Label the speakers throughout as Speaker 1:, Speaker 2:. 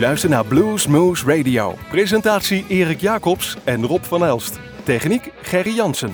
Speaker 1: luistert naar Blues Moose Radio. Presentatie Erik Jacobs en Rob van Elst. Techniek Gerry Jansen.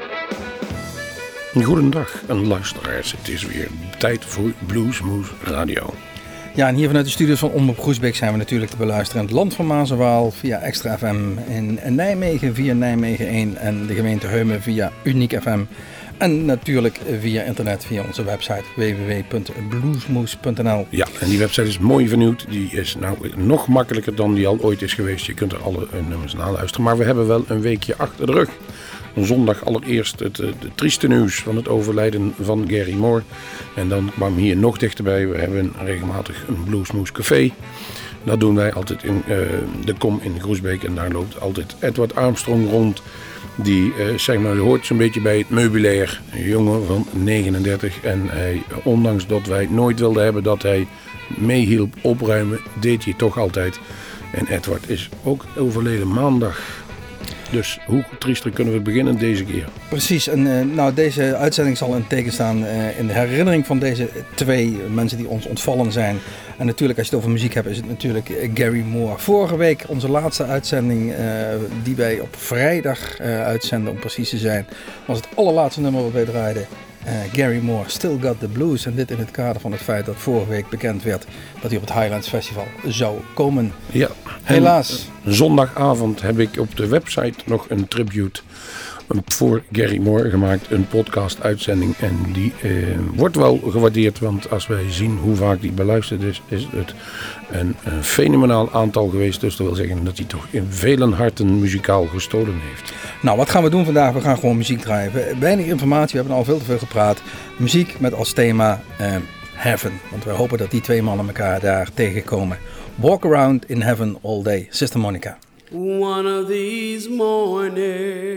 Speaker 2: Goedendag luisteraars, het is weer tijd voor Blues Moose Radio.
Speaker 3: Ja, en hier vanuit de studios van Omroep Groesbeek zijn we natuurlijk te beluisteren in het land van Maas en Waal via Extra FM in Nijmegen via Nijmegen 1 en de gemeente Heumen via Uniek FM. En natuurlijk via internet, via onze website www.bluesmoose.nl.
Speaker 2: Ja, en die website is mooi vernieuwd. Die is nou nog makkelijker dan die al ooit is geweest. Je kunt er alle nummers naluisteren. Maar we hebben wel een weekje achter de rug. Zondag allereerst het trieste nieuws van het overlijden van Gary Moore. En dan kwam hier nog dichterbij. We hebben regelmatig een Bluesmoose café. Dat doen wij altijd in de Kom in Groesbeek. En daar loopt altijd Edward Armstrong rond. Die zeg maar, hoort zo'n beetje bij het meubilair. Een jongen van 39. En hij, ondanks dat wij nooit wilden hebben dat hij meehielp opruimen, deed hij toch altijd. En Edward is ook overleden maandag. Dus hoe triester kunnen we beginnen deze keer?
Speaker 3: Precies, en deze uitzending zal in teken staan in de herinnering van deze twee mensen die ons ontvallen zijn. En natuurlijk, als je het over muziek hebt, is het natuurlijk Gary Moore. Vorige week, onze laatste uitzending, die wij op vrijdag uitzenden om precies te zijn, was het allerlaatste nummer wat wij draaiden. Gary Moore, Still Got the Blues. En dit in het kader van het feit dat vorige week bekend werd dat hij op het Highlands Festival zou komen.
Speaker 2: Ja,
Speaker 3: helaas.
Speaker 2: Zondagavond heb ik op de website nog een tribute voor Gary Moore gemaakt. Een podcast-uitzending. En die wordt wel gewaardeerd. Want als wij zien hoe vaak die beluisterd is, is het een fenomenaal aantal geweest. Dus dat wil zeggen dat hij toch in vele harten muzikaal gestolen heeft.
Speaker 3: Nou, wat gaan we doen vandaag? We gaan gewoon muziek draaien. Weinig informatie, we hebben al veel te veel gepraat. Muziek met als thema Heaven. Want we hopen dat die twee mannen elkaar daar tegenkomen. Walk Around in Heaven All Day. Sister Monica.
Speaker 4: One of these mornings,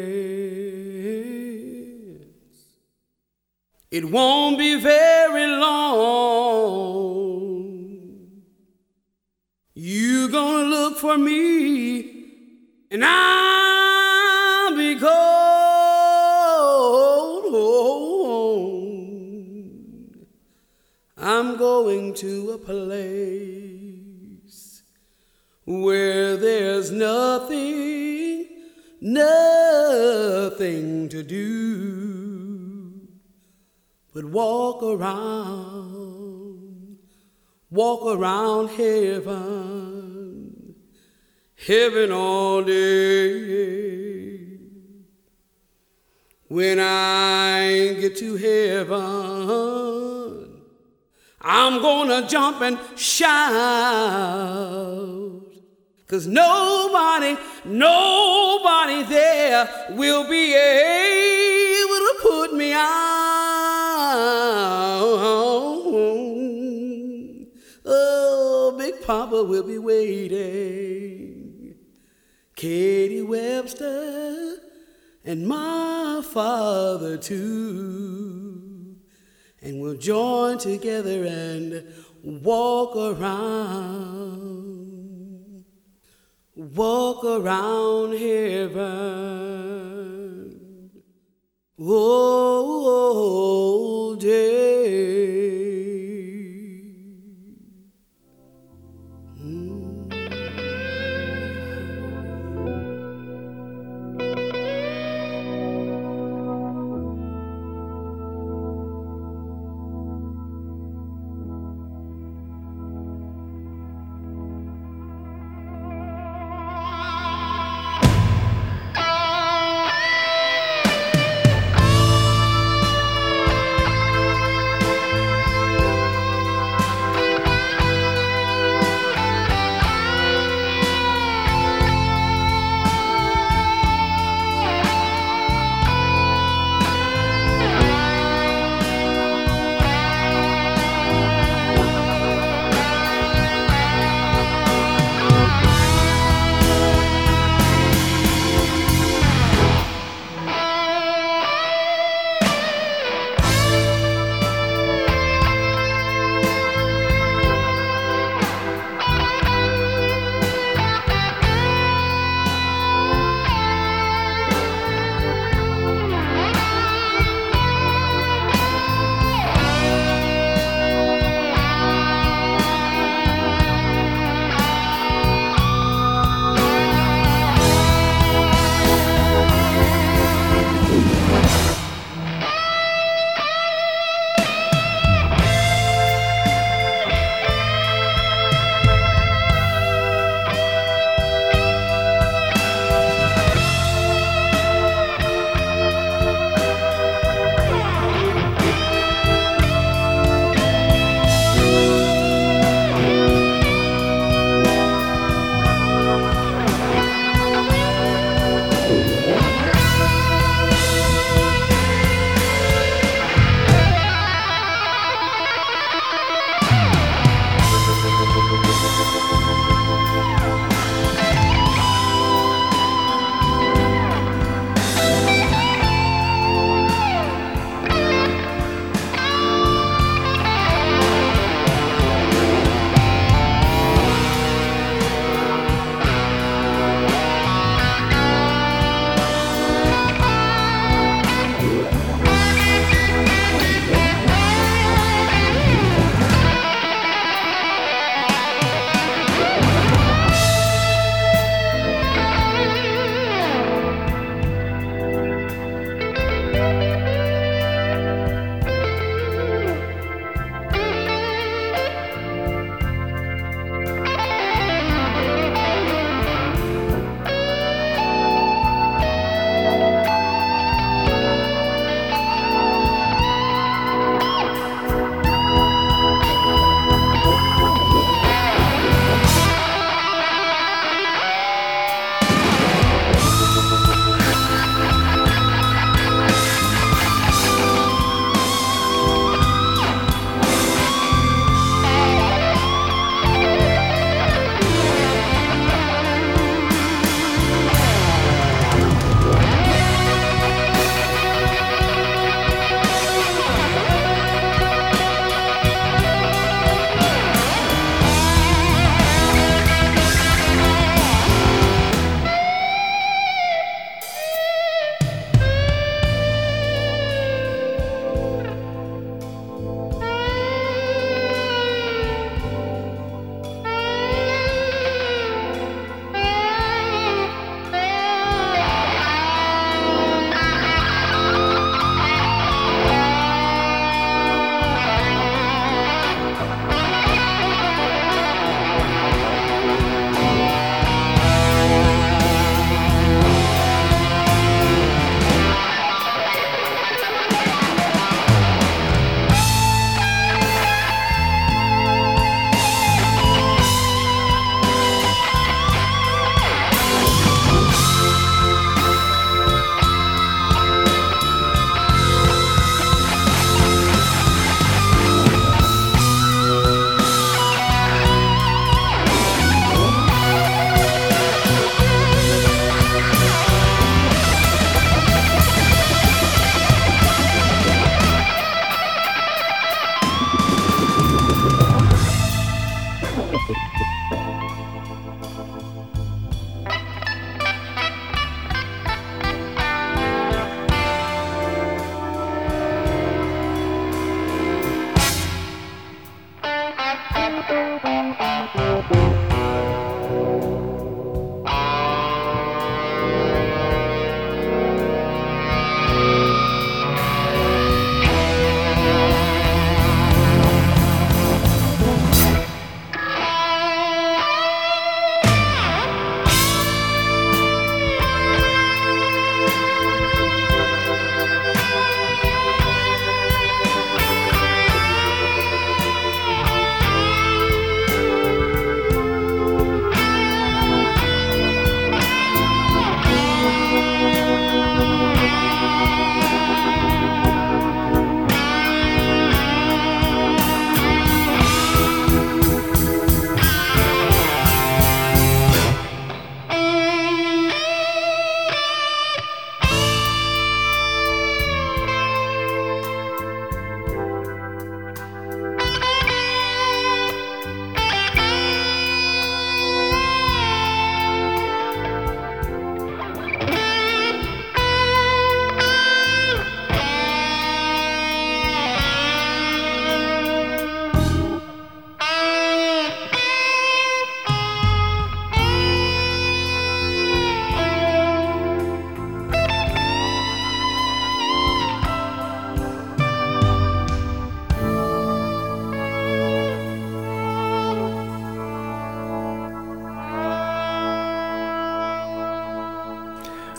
Speaker 4: it won't be very long. You're gonna look for me, and I'll be cold. I'm going to a place where there's nothing to do but walk around heaven all day. When I get to heaven, I'm gonna jump and shout. 'Cause nobody there will be able to put me out. Oh, Big Papa will be waiting. Katie Webster and my father too. And we'll join together and walk around heaven all day.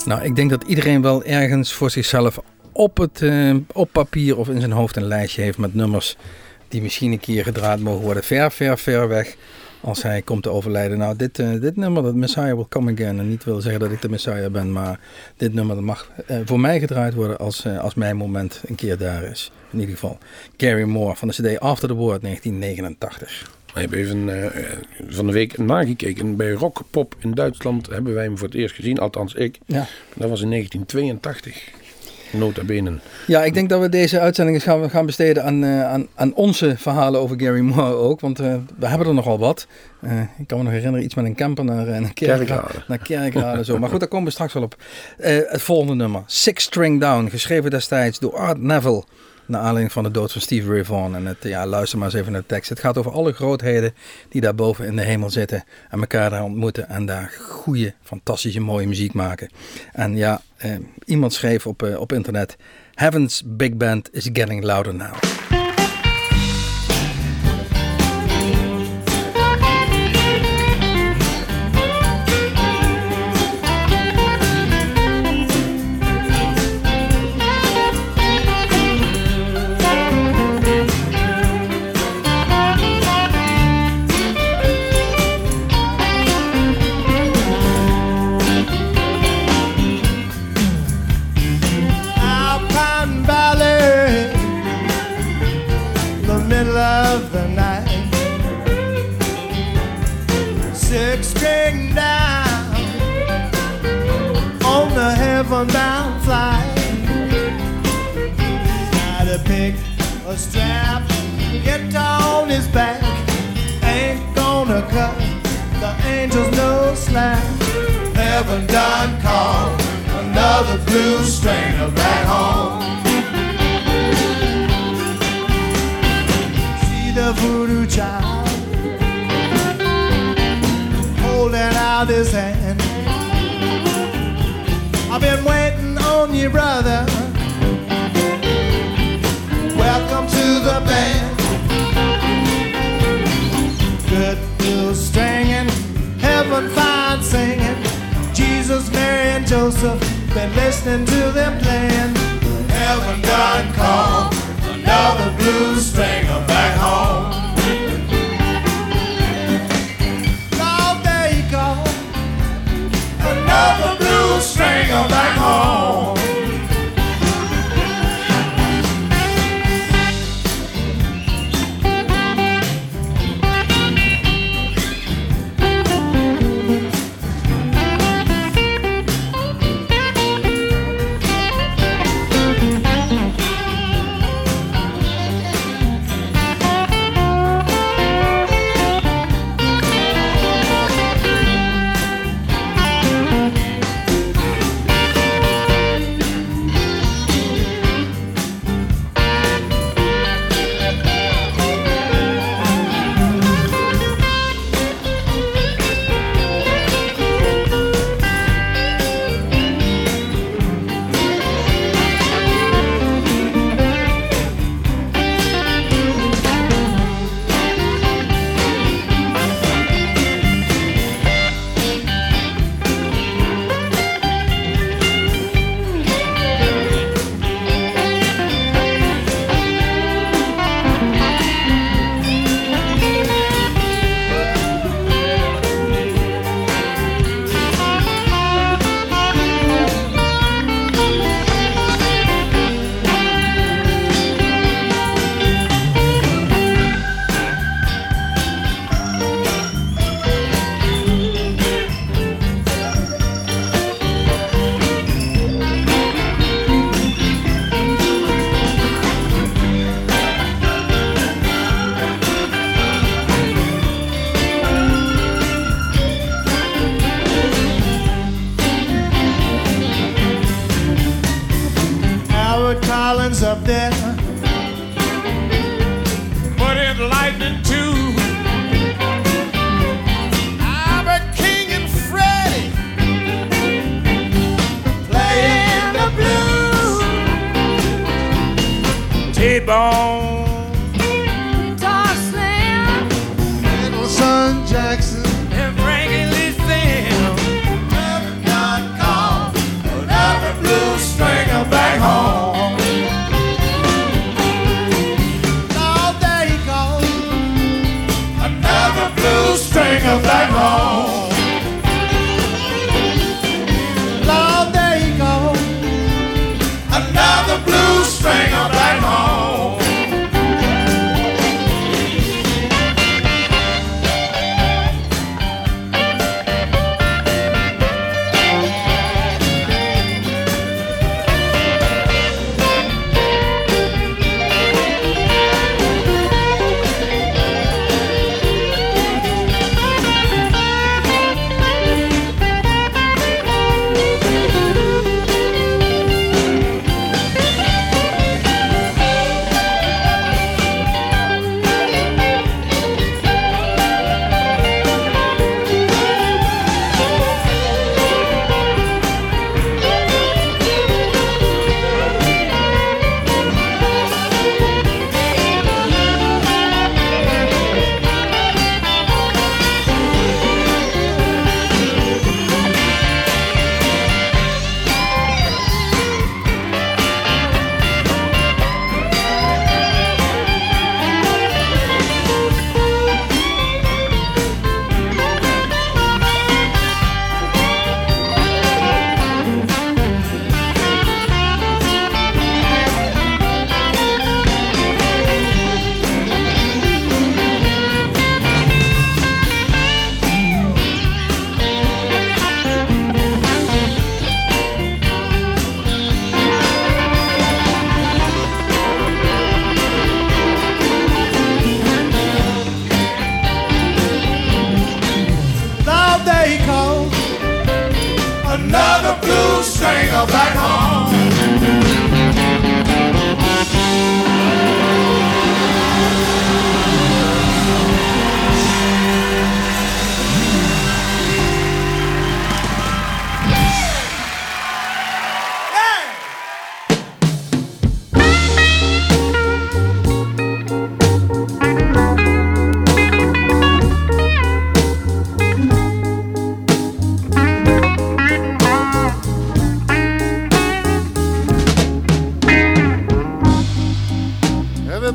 Speaker 3: Nou, ik denk dat iedereen wel ergens voor zichzelf op papier of in zijn hoofd een lijstje heeft met nummers die misschien een keer gedraaid mogen worden. Ver weg als hij komt te overlijden. Nou, dit nummer, dat Messiah Will Come Again. En niet wil zeggen dat ik de Messiah ben, maar dit nummer dat mag voor mij gedraaid worden als mijn moment een keer daar is. In ieder geval. Gary Moore van de CD After the War 1989.
Speaker 2: Ik heb even van de week nagekeken. Bij Rockpop in Duitsland hebben wij hem voor het eerst gezien. Althans ik. Ja. Dat was in 1982. Nota bene.
Speaker 3: Ja, ik denk dat we deze uitzending gaan besteden aan onze verhalen over Gary Moore ook. Want we hebben er nogal wat. Ik kan me nog herinneren, iets met een camper naar Kerkrade. Zo. Maar goed, daar komen we straks wel op. Het volgende nummer. Six String Down. Geschreven destijds door Art Neville. Naar aanleiding van de dood van Stevie Ray Vaughan. En luister maar eens even naar de tekst. Het gaat over alle grootheden die daar boven in de hemel zitten. En elkaar daar ontmoeten. En daar goede, fantastische, mooie muziek maken. En ja, iemand schreef op internet. Heaven's Big Band is getting louder now.
Speaker 5: Down flight, gotta pick a strap, get on his back, ain't gonna cut the angels no slack. Heaven done called another blues stringer back home. See the voodoo child holding out his hand. I've been waiting on you, brother. Welcome to the band. Good blues stringing, heaven fine singing. Jesus, Mary, and Joseph been listening to them playing. Heaven done called another blues stringer back home. Oh, there you go, another blues stringer back home. Up there, put it lightning too. Albert King and Freddie playing the blues. T-Bone, Guitar Slim, Middleton Jackson, and Frankie Lee Sam. Heaven done called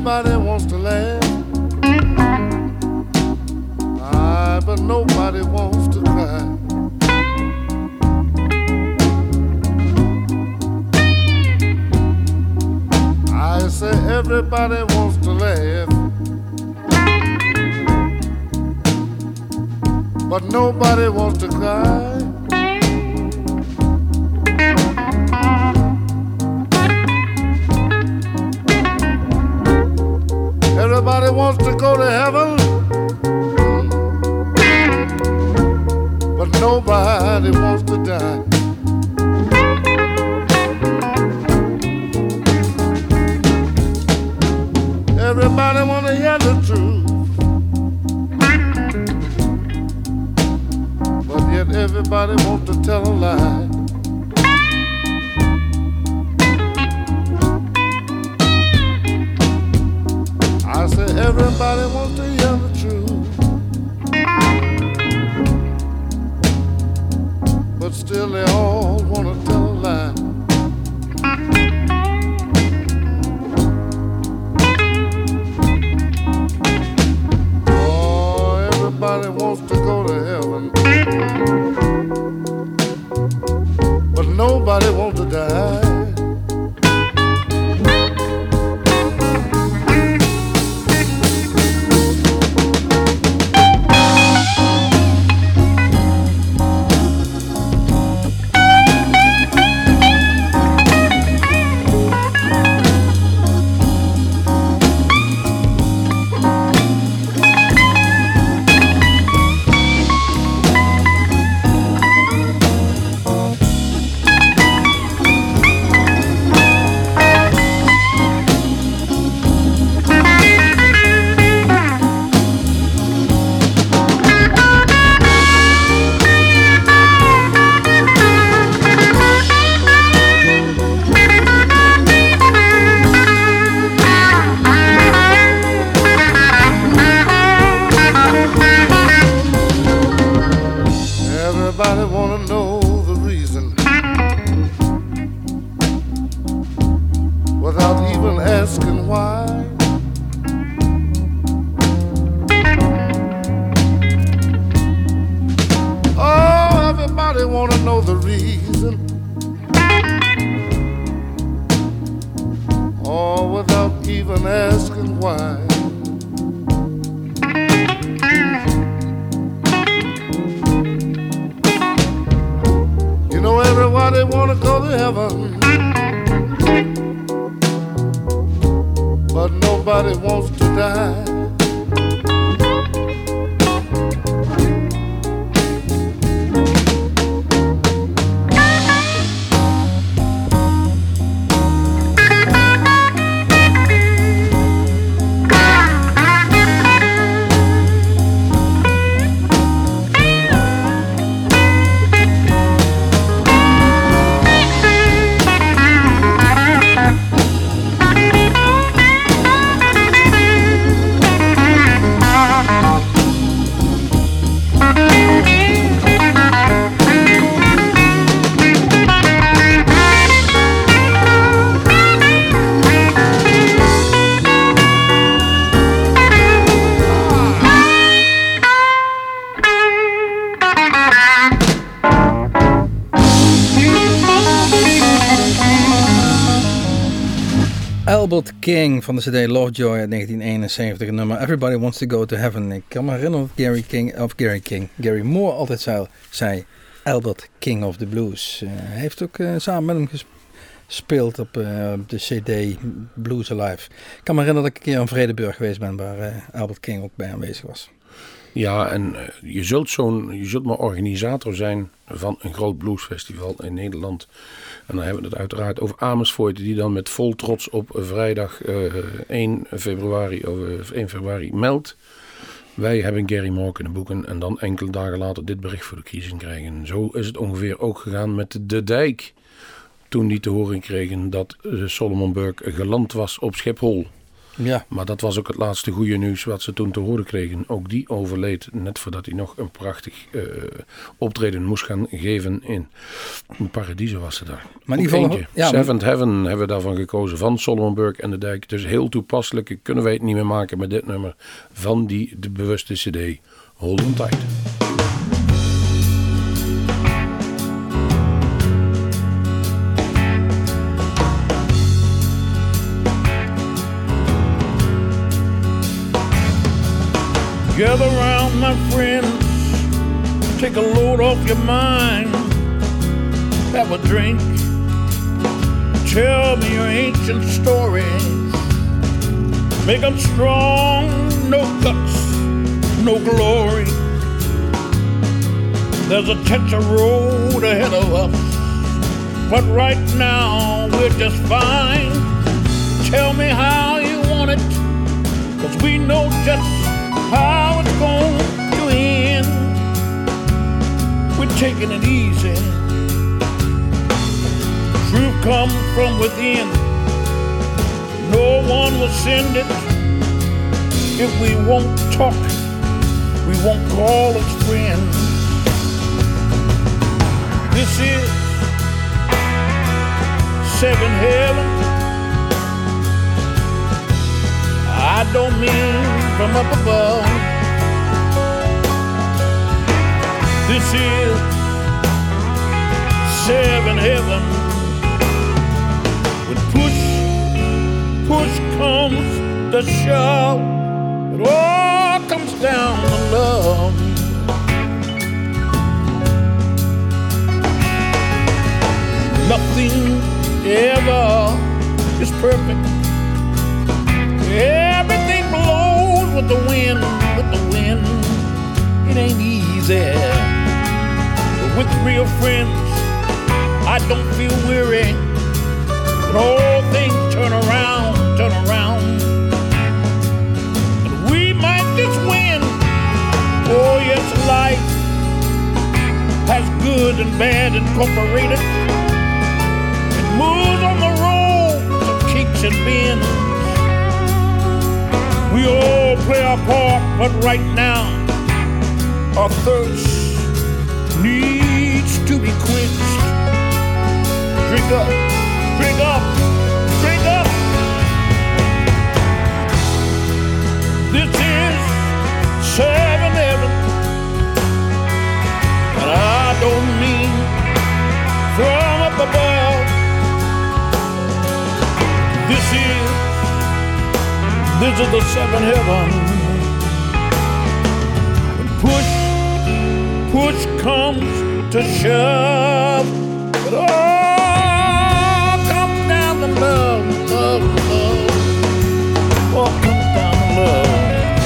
Speaker 5: Everybody wants to laugh, but nobody wants to cry. I say everybody wants to laugh, but nobody wants to cry. Everybody wants to go to heaven, but nobody wants to die. Everybody want to hear the truth, but yet everybody wants to tell a lie. I say everybody wants to hear the truth, but still they all want to tell a lie. Oh, everybody wants to go to heaven, but nobody wants to die. Everybody wanna know the reason without even asking why. Oh, everybody wanna know the reason, oh, without even asking why. Everybody wanna go to heaven, but nobody wants to die.
Speaker 3: Albert King van de CD Lovejoy uit 1971, het nummer Everybody Wants to Go to Heaven. Ik kan me herinneren dat Gary Moore altijd zei Albert King of the Blues. Hij heeft ook samen met hem gespeeld op de CD Blues Alive. Ik kan me herinneren dat ik een keer in Vredenburg geweest ben waar Albert King ook bij aanwezig was.
Speaker 2: Ja, en je zult maar organisator zijn van een groot bluesfestival in Nederland. En dan hebben we het uiteraard over Amersfoort, die dan met vol trots op vrijdag 1 februari meldt. Wij hebben Gary Moore kunnen boeken en dan enkele dagen later dit bericht voor de kiezen krijgen. Zo is het ongeveer ook gegaan met De Dijk. Toen die te horen kregen dat Solomon Burke geland was op Schiphol.
Speaker 3: Ja.
Speaker 2: Maar dat was ook het laatste goede nieuws wat ze toen te horen kregen. Ook die overleed net voordat hij nog een prachtig optreden moest gaan geven in Paradiso was ze daar.
Speaker 3: Maar in ieder geval, ja,
Speaker 2: Seventh Heaven hebben we daarvan gekozen van Solomon Burke en de Dijk. Dus heel toepasselijk, kunnen wij het niet meer maken met dit nummer van de bewuste cd Hold On Tight.
Speaker 6: Gather round, my friends, take a load off your mind, have a drink, tell me your ancient stories, make them strong, no guts, no glory. There's a touch of road ahead of us, but right now we're just fine. Tell me how you want it, 'cause we know just how it's going to end. We're taking it easy. Truth comes from within. No one will send it. If we won't talk, we won't call it friends. This is Seventh Heaven. I don't mean from up above. This is Seventh Heaven. When push comes to shove, it all comes down to love. Nothing ever is perfect. Everything blows with the wind, it ain't easy. But with real friends, I don't feel weary. But all things turn around. And we might just win. Oh yes, life has good and bad incorporated. It moves on the road of kicks and bends. We all play our part, but right now our thirst needs to be quenched. Drink up, drink up, drink up. This is Seventh Heaven, and I don't mean from up above. This is the Seventh Heaven. When push comes to shove, it all comes down to love, love. All comes down to love.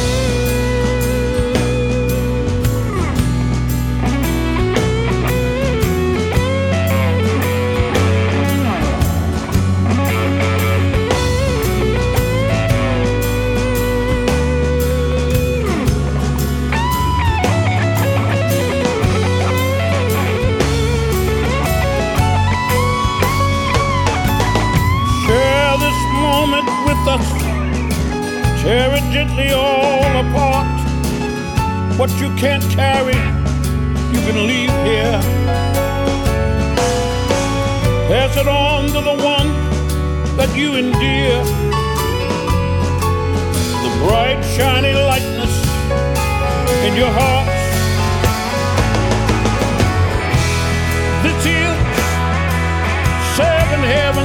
Speaker 6: Tear it gently all apart. What you can't carry, you can leave here. Pass it on to the one that you endear. The bright, shiny lightness in your heart. This is Seventh Heaven.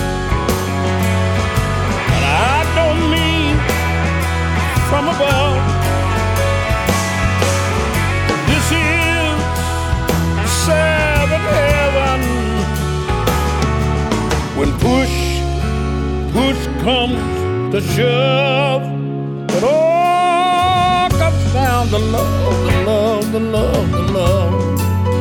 Speaker 6: And I don't mean from above. This is Seventh Heaven. When push comes to shove, it all comes down to love, the love, the love, the love.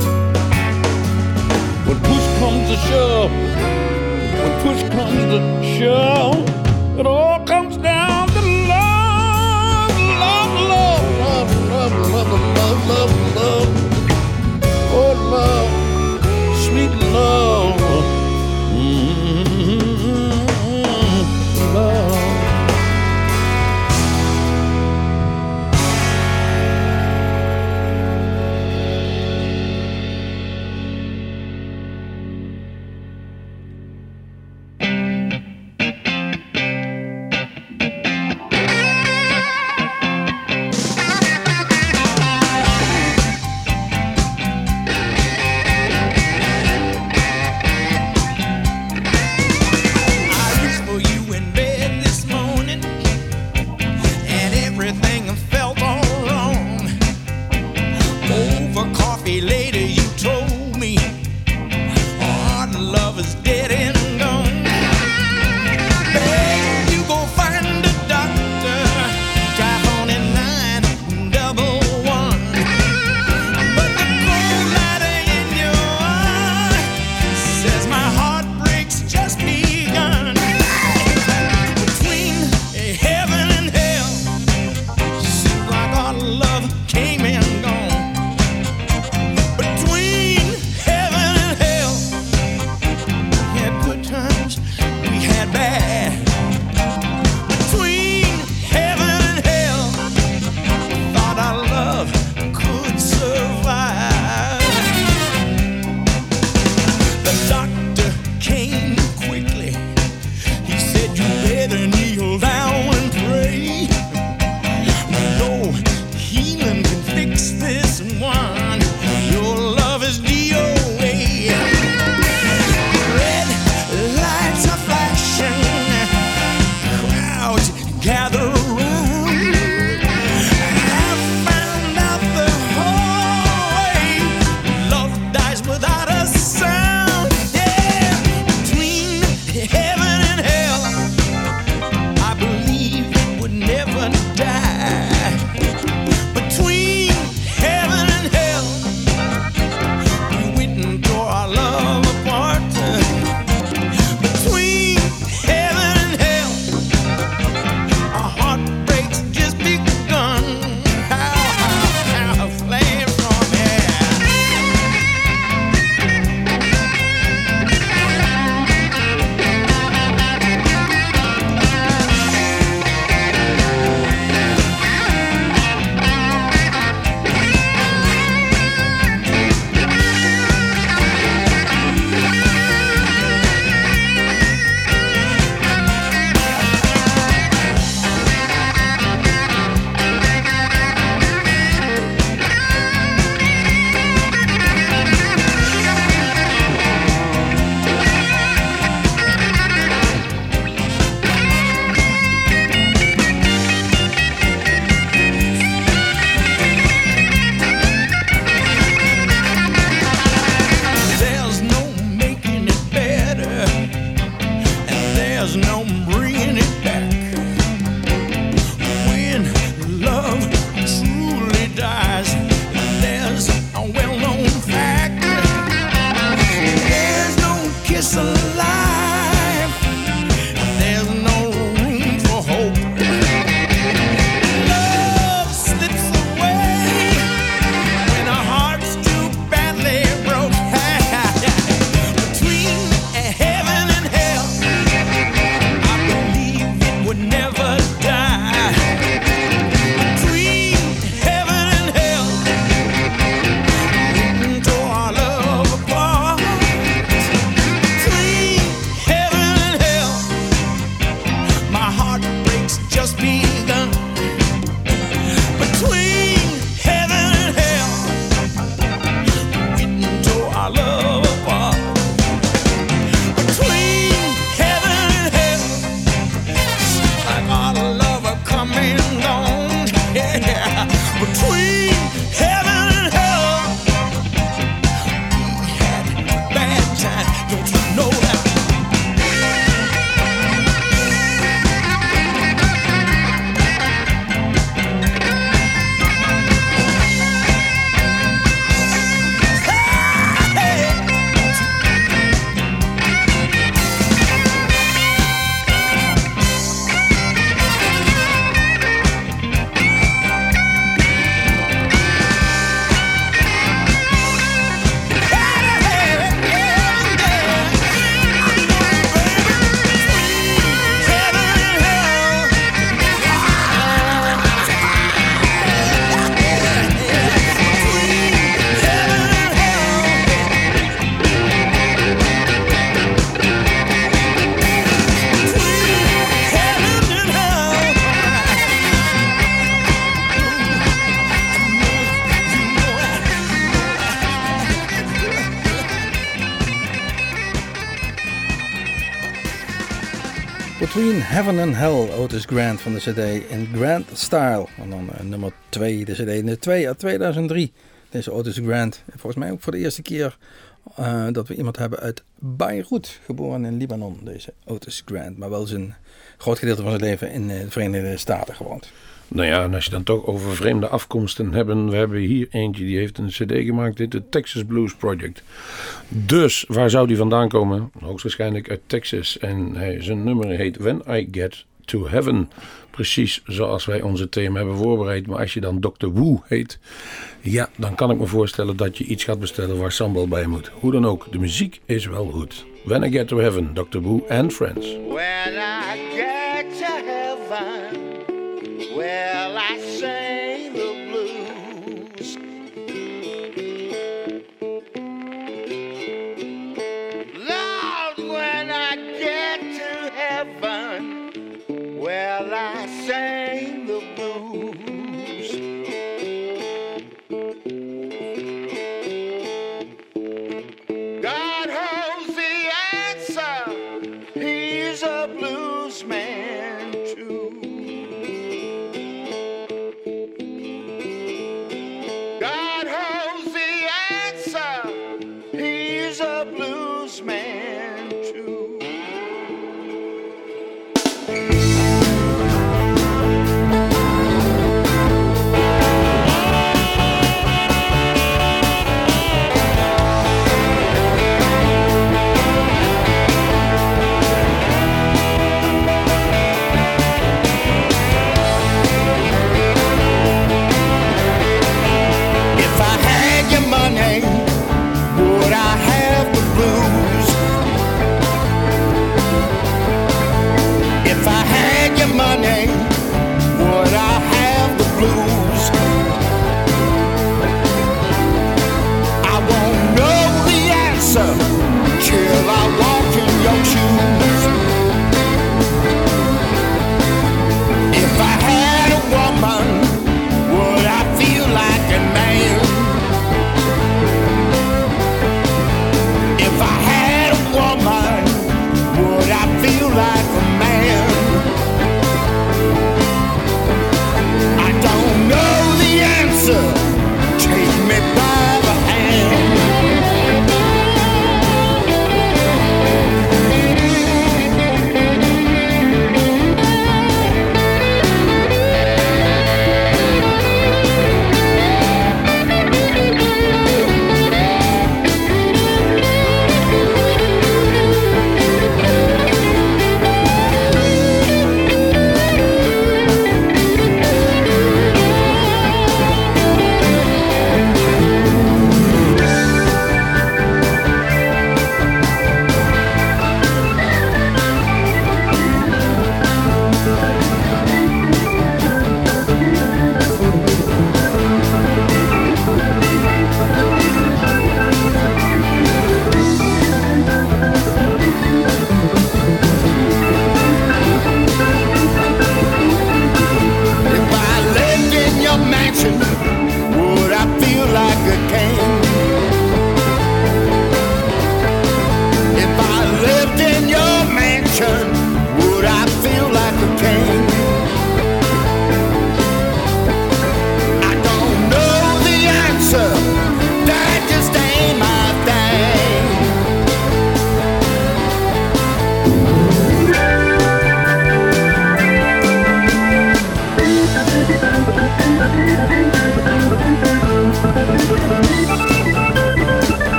Speaker 6: When push comes to shove, when push comes to shove, it all comes down to love, love, love, love, love, love, love, love, love. Oh, love, sweet love, love. there's no bringing it back. When love truly dies, there's a well-known fact. There's no kiss alive. There's no room for hope. Love slips away when our heart's too badly broke. Between heaven and hell, I believe it would never die. Between heaven and hell, we tore our love apart. Between heaven and hell, my heart breaks just begun. Between heaven and hell, we tore our love apart. Between heaven and hell, seems like our love are coming on. Yeah. Between heaven and hell, we had a bad time. Don't you know that?
Speaker 3: Between Heaven and Hell, Otis Grant van de CD in Grand Style. En dan nummer 2, de CD in 2 uit 2003. Deze Otis Grant, volgens mij ook voor de eerste keer dat we iemand hebben uit Beirut, geboren in Libanon. Deze Otis Grant, maar wel zijn groot gedeelte van zijn leven in de Verenigde Staten gewoond.
Speaker 2: Nou ja, en als je dan toch over vreemde afkomsten hebben, we hebben hier eentje die heeft een cd gemaakt, dit de Texas Blues Project. Dus waar zou die vandaan komen? Hoogstwaarschijnlijk uit Texas. En zijn nummer heet When I Get to Heaven. Precies zoals wij onze thema hebben voorbereid. Maar als je dan Dr. Wu heet, ja, dan kan ik me voorstellen dat je iets gaat bestellen waar sambal bij moet. Hoe dan ook, de muziek is wel goed. When I Get to Heaven, Dr. Wu and Friends.
Speaker 7: When I get to heaven, well, I sing the blues. Lord, when I get to heaven, well, I sing the blues. God holds the answer. He's a blues man too. God holds the answer. He's a blues man too.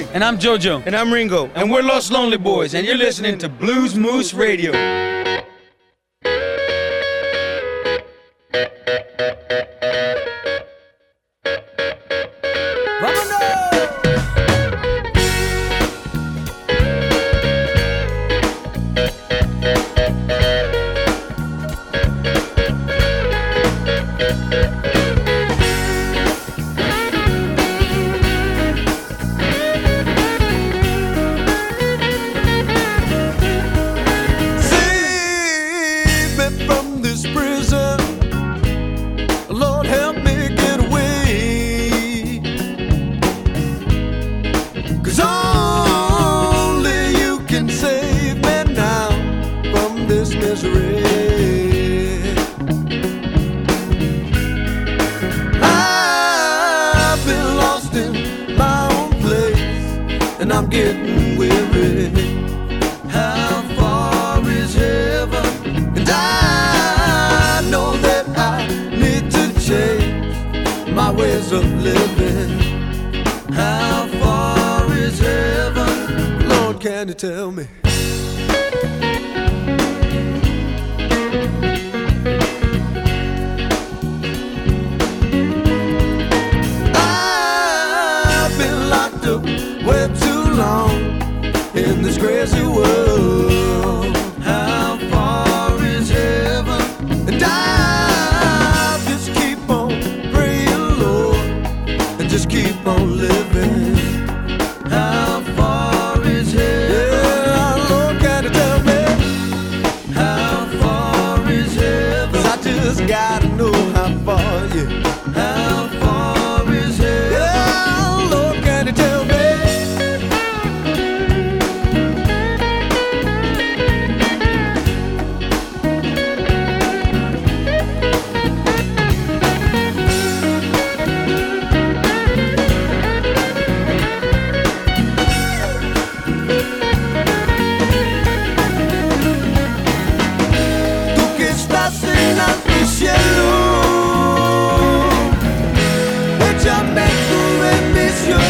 Speaker 8: And I'm JoJo.
Speaker 9: And I'm Ringo.
Speaker 8: And we're Los Lonely Boys. And you're listening to Blues Moose Radio.
Speaker 5: Tell me. I've been locked up way too long in this crazy world. How far is heaven? And I just keep on praying, Lord, and just keep on living. How far is heaven? Gotta know how far, yeah. How far is heaven? Yeah, Lord, can you tell me? Tú que estás en alto cielo, échame tu bendición.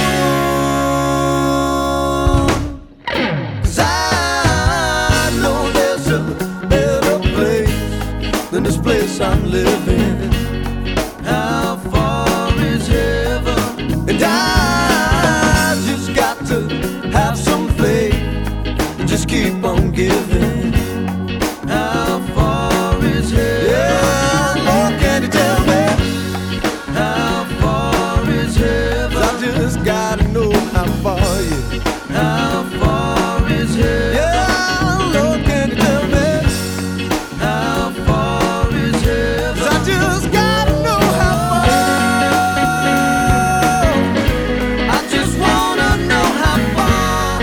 Speaker 5: 'Cause I know there's a better place than this place I'm living. How far is heaven? And I just got to have some faith and just keep on giving. How far is heaven? Yeah, Lord, can you tell me? How far is heaven? I just gotta know how far, yeah. How far is heaven? Yeah, Lord, can you tell me? How far is heaven? I just gotta know how far. I just wanna know how far.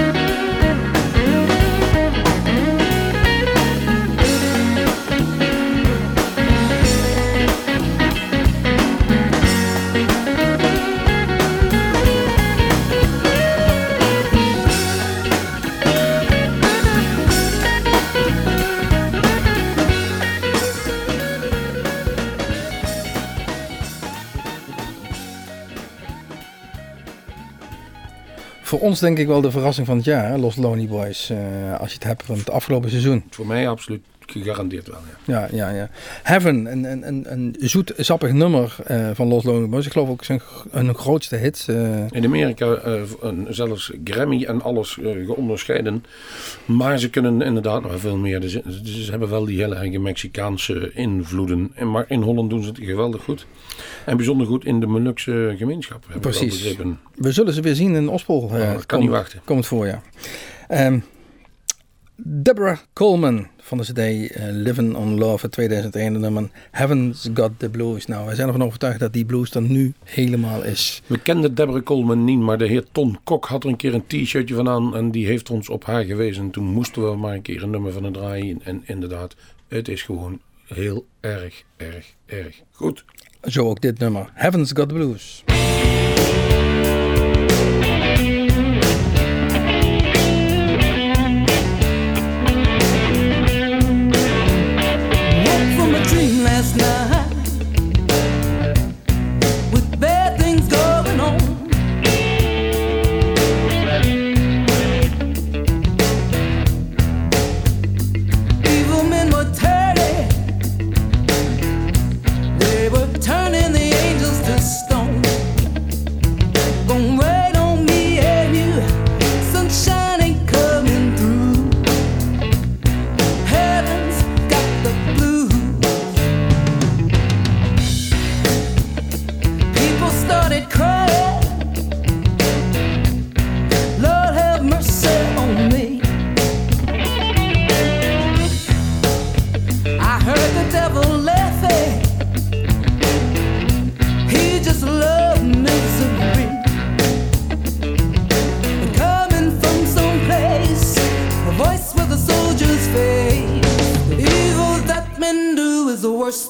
Speaker 3: Voor ons denk ik wel de verrassing van het jaar, hè? Los Lonely Boys. Als je het hebt van het afgelopen seizoen.
Speaker 2: Voor mij absoluut gegarandeerd wel, ja.
Speaker 3: Ja. Heaven, een zoet, sappig nummer van Los Lonely Boys. Ik geloof ook een grootste hit.
Speaker 2: In Amerika zelfs Grammy en alles geonderscheiden. Maar ze kunnen inderdaad nog veel meer. Ze hebben wel die hele eigen Mexicaanse invloeden. Maar in Holland doen ze het geweldig goed. En bijzonder goed in de Molukse gemeenschap.
Speaker 3: Precies. We zullen ze weer zien in Ospel.
Speaker 2: Kan niet wachten.
Speaker 3: Komend voorjaar. Deborah Coleman van de CD Living on Love uit 2001. De nummer Heaven's Got the Blues. Nou, wij zijn ervan overtuigd dat die blues dan nu helemaal is.
Speaker 2: We kenden Deborah Coleman niet, maar de heer Ton Kok had er een keer een t-shirtje van aan en die heeft ons op haar gewezen. Toen moesten we maar een keer een nummer van het draaien. En inderdaad, het is gewoon heel erg goed.
Speaker 3: Zo ook dit nummer. Heaven's Got the Blues.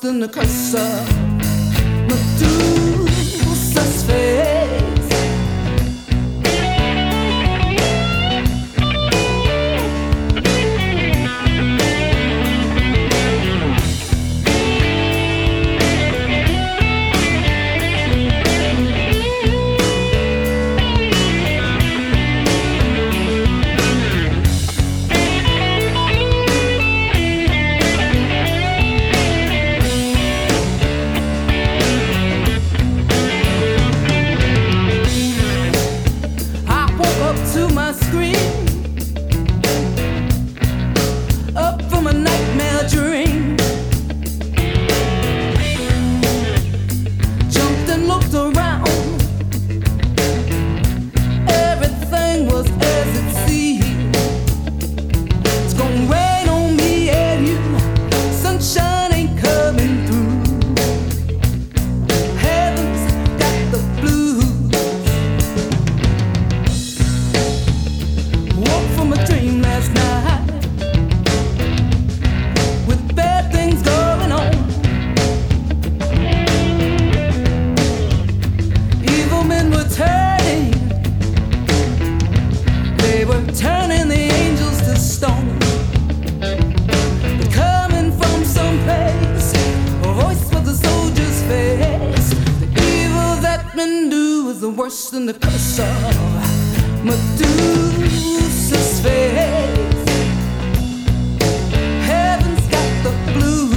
Speaker 9: than the curse of Medusa's face. Worse than the curse of Medusa's face. Heaven's got the blues.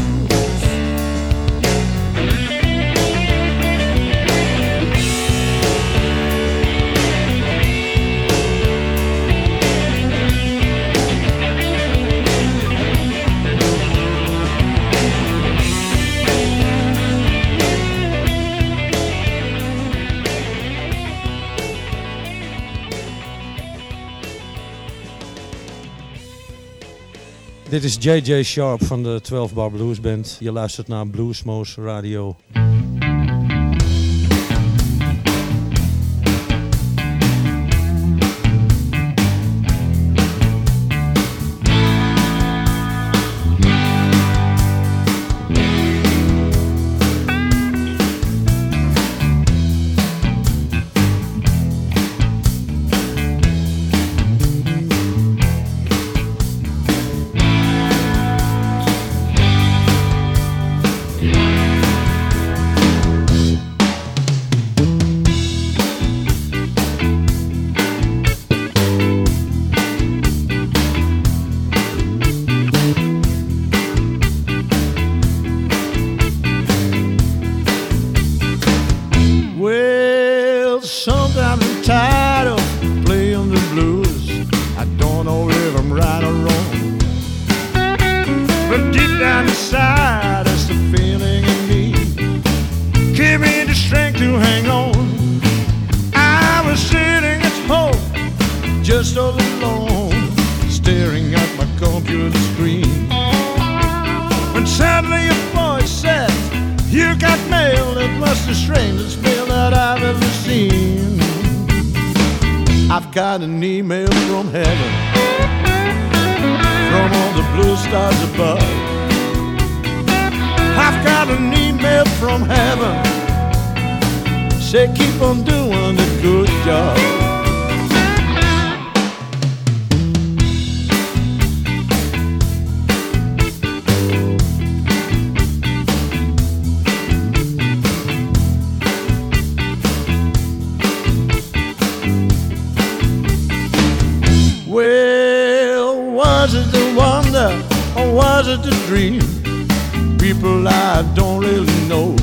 Speaker 10: Dit is J.J. Sharp van de 12 Bar Blues Band. Je luistert naar Bluesmoose Radio.
Speaker 5: Got an email from heaven, from all the blue stars above. I've got an email from heaven, say keep on doing a good job. Was it a dream? People I don't really know.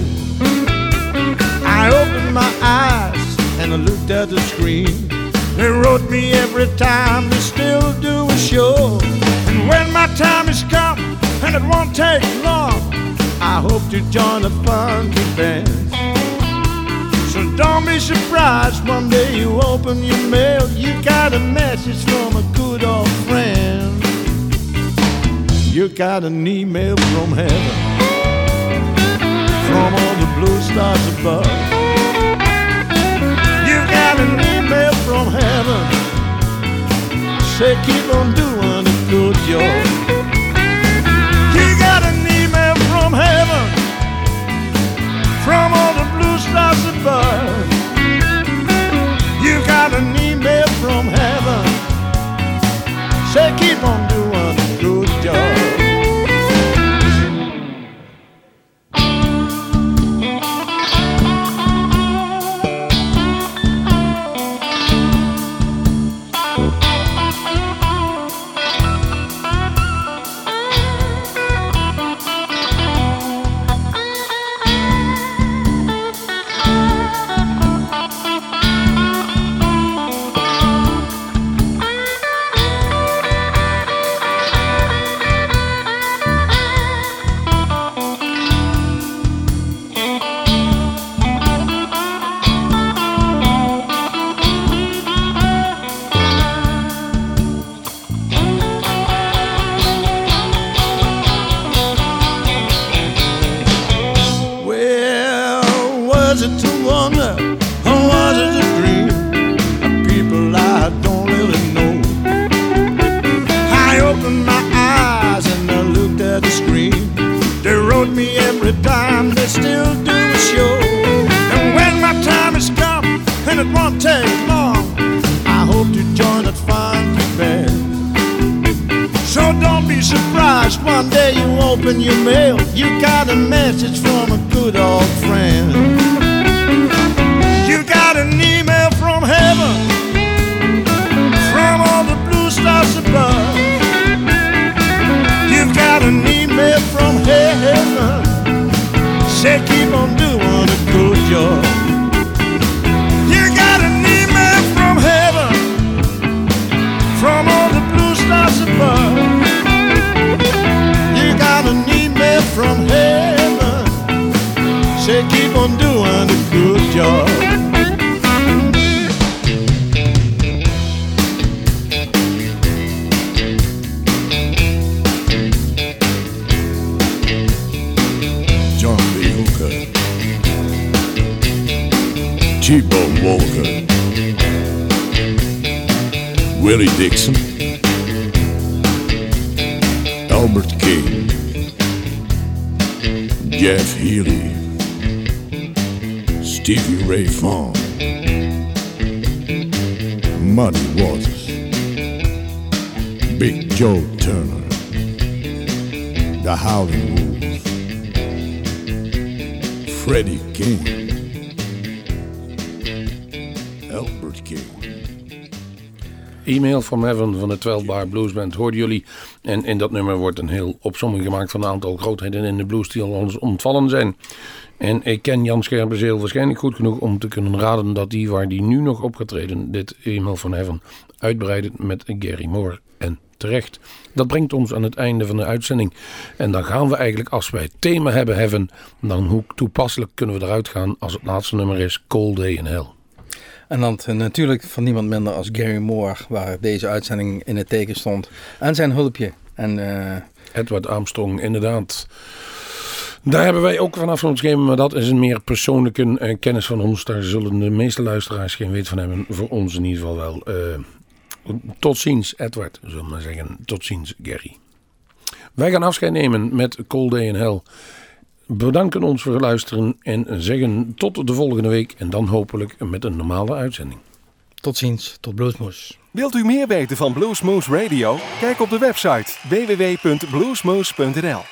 Speaker 5: I opened my eyes and I looked at the screen. They wrote me every time, they still do a show. And when my time has come, and it won't take long, I hope to join a funky band. So don't be surprised one day you open your mail, you got a message from a good old friend. You got an email from heaven, from all the blue stars above. You got an email from heaven, say keep on doing a good job. You got an email from heaven, open your mail, you got a message from a good old friend. You got an email from heaven, from all the blue stars above. You've got an email from heaven, say keep on doing a good job. You got an email from heaven, from all the blue stars above. You got an email from heaven, say keep on doing a good job.
Speaker 6: T-Bone Walker, Willie Dixon, Albert King, Jeff Healey, Stevie Ray Vaughan, Muddy Waters, Big Joe Turner, The Howling Wolves, Freddie King,
Speaker 2: Email from Heaven van de 12 Bar Blues Band hoorden jullie. En in dat nummer wordt een heel opsomming gemaakt van een aantal grootheden in de blues die al ons ontvallen zijn. En ik ken Jan Scherpenzeel waarschijnlijk goed genoeg om te kunnen raden dat die waar die nu nog op gaat treden dit Email from Heaven uitbreidt met Gary Moore. En terecht. Dat brengt ons aan het einde van de uitzending. En dan gaan we eigenlijk, als wij het thema hebben Heaven, dan hoe toepasselijk kunnen we eruit gaan als het laatste nummer is Cold Day in Hell.
Speaker 3: En dan natuurlijk van niemand minder als Gary Moore, waar deze uitzending in het teken stond. En zijn hulpje. En
Speaker 2: Edward Armstrong, inderdaad. Daar hebben wij ook vanaf ons gegeven, maar dat is een meer persoonlijke kennis van ons. Daar zullen de meeste luisteraars geen weet van hebben. Voor ons in ieder geval wel. Tot ziens, Edward, zullen we maar zeggen. Tot ziens, Gary. Wij gaan afscheid nemen met Cold Day in Hell. Bedanken ons voor het luisteren en zeggen tot de volgende week. En dan hopelijk met een normale uitzending.
Speaker 3: Tot ziens, tot Bluesmoose.
Speaker 1: Wilt u meer weten van Bluesmoose Radio? Kijk op de website www.bluesmoose.nl.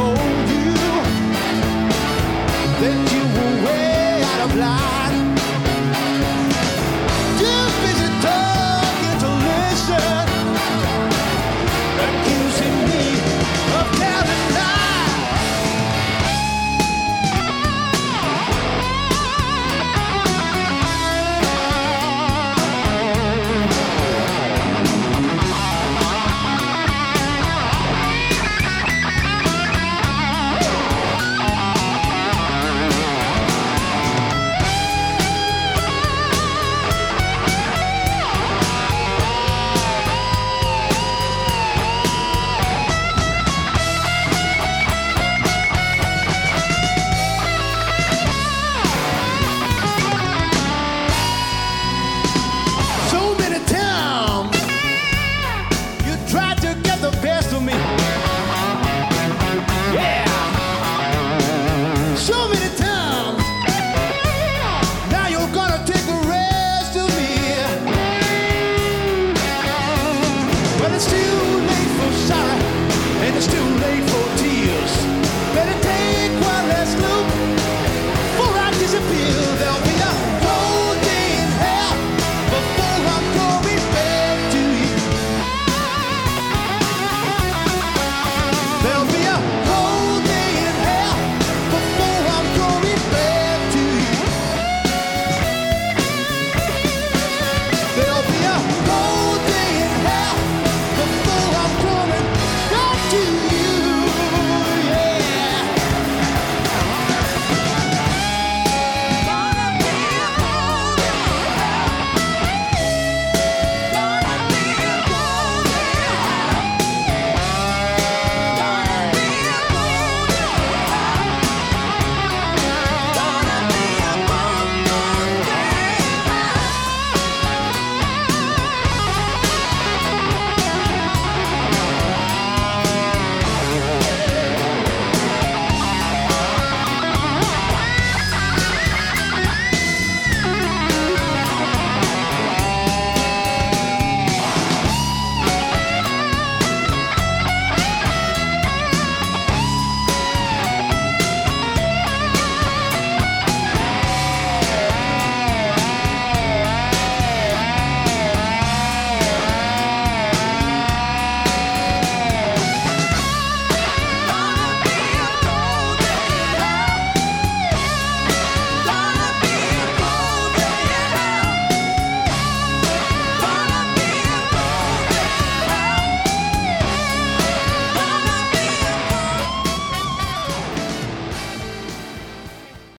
Speaker 5: That you were way out of line.